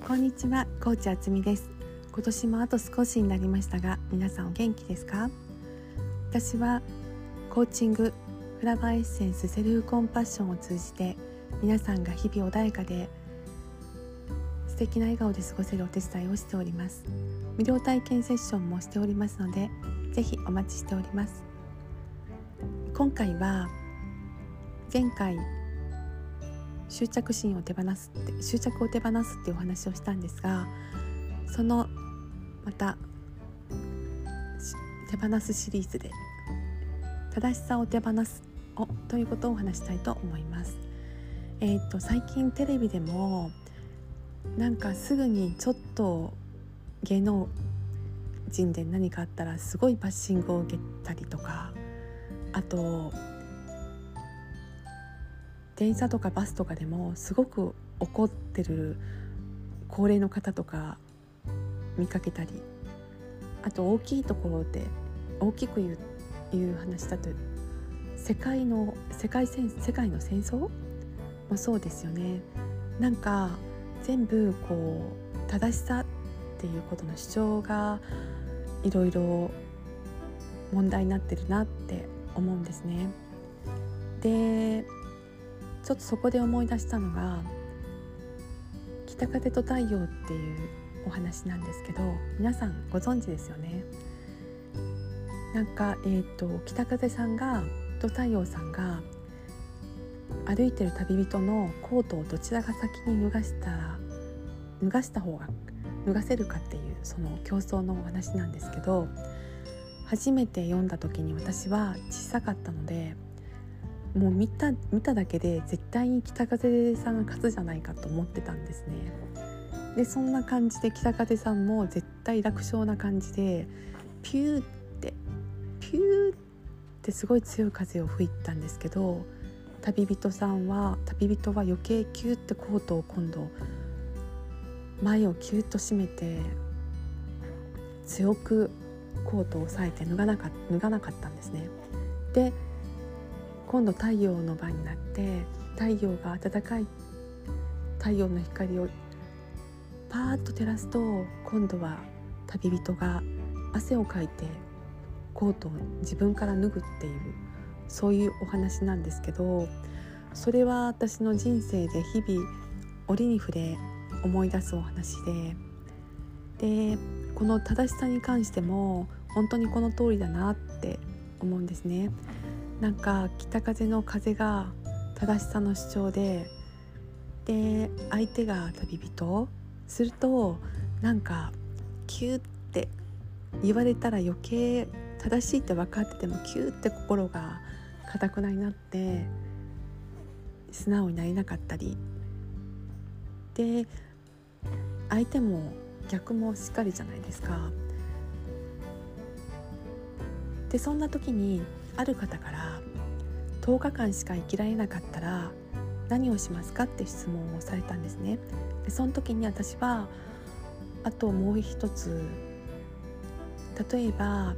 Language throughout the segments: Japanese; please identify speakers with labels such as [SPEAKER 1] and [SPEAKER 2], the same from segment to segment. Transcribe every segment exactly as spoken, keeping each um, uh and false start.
[SPEAKER 1] こんにちは、コーチあつみです。今年もあと少しになりましたが、皆さんお元気ですか？私はコーチング、フラワーエッセンス、セルフコンパッションを通じて、皆さんが日々穏やかで素敵な笑顔で過ごせるお手伝いをしております。無料体験セッションもしておりますので、ぜひお待ちしております。今回は前回執着心を手放すって執着を手放すっていうお話をしたんですが、そのまた手放すシリーズで正しさを手放すをということをお話したいと思います。えー、と最近テレビでもなんかすぐにちょっと芸能人で何かあったらすごいバッシングを受けたりとか、あと電車とかバスとかでもすごく怒ってる高齢の方とか見かけたり、あと大きいところで大きく言う、言う話だと世界の世界戦世界の戦争もそうですよね。なんか全部こう正しさっていうことの主張がいろいろ問題になってるなって思うんですね。でちょっとそこで思い出したのが北風と太陽っていうお話なんですけど、皆さんご存知ですよね。なんか、えーと、北風さんがと太陽さんが歩いてる旅人のコートをどちらが先に脱がしたら脱がした方が脱がせるかっていうその競争のお話なんですけど、初めて読んだ時に私は小さかったので、もう見た、見ただけで絶対に北風さんが勝つじゃないかと思ってたんですね。でそんな感じで北風さんも絶対楽勝な感じでピューってピューってすごい強い風を吹いたんですけど、旅人さんは旅人は余計キューってコートを今度前をキューッと締めて強くコートを押さえて脱がなか、脱がなかったんですね。で今度太陽の番になって、太陽が暖かい太陽の光をパーッと照らすと、今度は旅人が汗をかいてコートを自分から脱ぐっていう、そういうお話なんですけど、それは私の人生で日々折に触れ思い出すお話で、でこの正しさに関しても本当にこの通りだなって思うんですね。なんか北風の風が正しさの主張で、で相手が旅人するとなんかキューって言われたら余計正しいって分かっててもキューって心が固くなになって素直になれなかったりで、相手も逆もしっかりじゃないですか。でそんな時にある方からとおかかんしか生きられなかったら何をしますかって質問をされたんですね。でその時に私はあともう一つ、例えば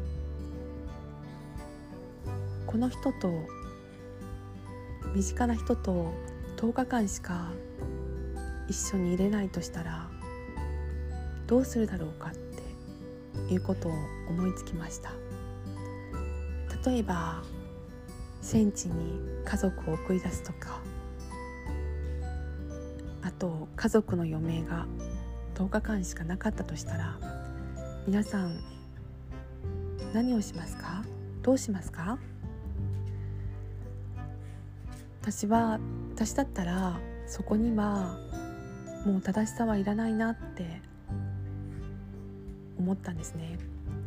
[SPEAKER 1] この人と身近な人ととおかかんしか一緒にいれないとしたらどうするだろうかっていうことを思いつきました。例えば戦地に家族を送り出すとか、あと家族の余命がとおかかんしかなかったとしたら、皆さん何をしますか？どうしますか？私は私だったらそこにはもう正しさはいらないなって思ったんですね。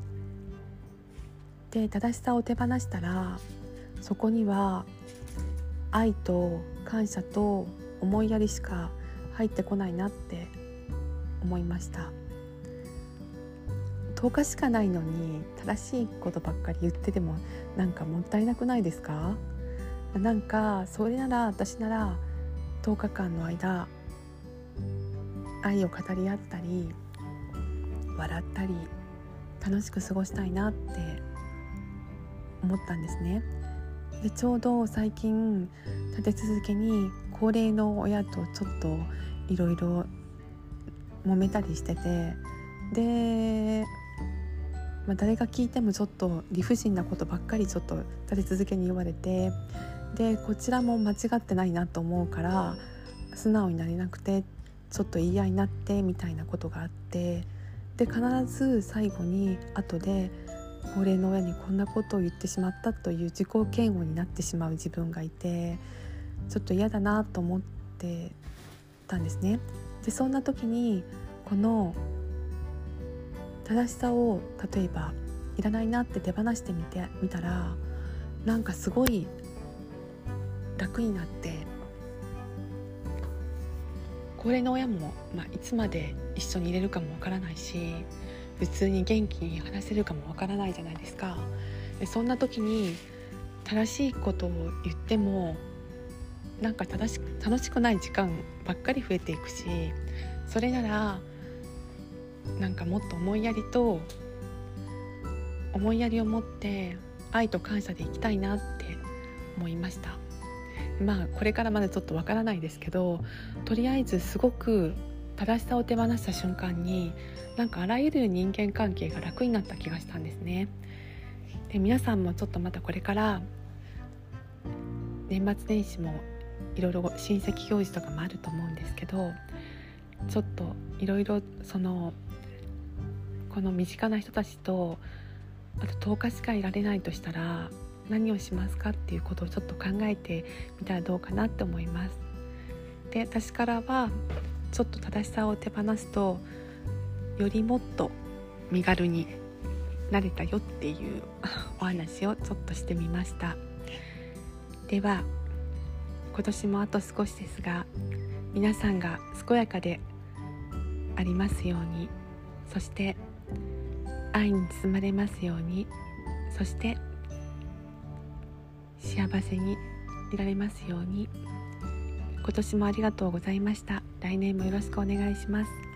[SPEAKER 1] で正しさを手放したら、そこには愛と感謝と思いやりしか入ってこないなって思いました。とおかしかないのに正しいことばっかり言っててもなんかもったいなくないですか？なんかそれなら私ならとおかかんの間愛を語り合ったり笑ったり楽しく過ごしたいなって思ったんですね。でちょうど最近立て続けに高齢の親とちょっといろいろ揉めたりしてて、で、まあ、誰が聞いてもちょっと理不尽なことばっかりちょっと立て続けに言われて、でこちらも間違ってないなと思うから素直になれなくてちょっと言い合いになってみたいなことがあって、で必ず最後に後で高齢の親にこんなことを言ってしまったという自己嫌悪になってしまう自分がいて、ちょっと嫌だなと思ってたんですね。でそんな時にこの正しさを例えばいらないなって手放してみてみたら、なんかすごい楽になって、高齢の親も、まあ、いつまで一緒にいれるかもわからないし、普通に元気に話せるかもわからないじゃないですか。でそんな時に正しいことを言ってもなんか正しく楽しくない時間ばっかり増えていくし、それならなんかもっと思いやりと思いやりを持って愛と感謝でいきたいなって思いました。まあこれからまだちょっとわからないですけど、とりあえずすごく正しさを手放した瞬間になんかあらゆる人間関係が楽になった気がしたんですね。で皆さんもちょっとまたこれから年末年始もいろいろ親戚行事とかもあると思うんですけど、ちょっといろいろそのこの身近な人たちとあととおかしかいられないとしたら何をしますかっていうことをちょっと考えてみたらどうかなって思います。で私からはちょっと正しさを手放すとよりもっと身軽になれたよっていうお話をちょっとしてみました。では今年もあと少しですが、皆さんが健やかでありますように、そして愛に包まれますように、そして幸せにいられますように。今年もありがとうございました。来年もよろしくお願いします。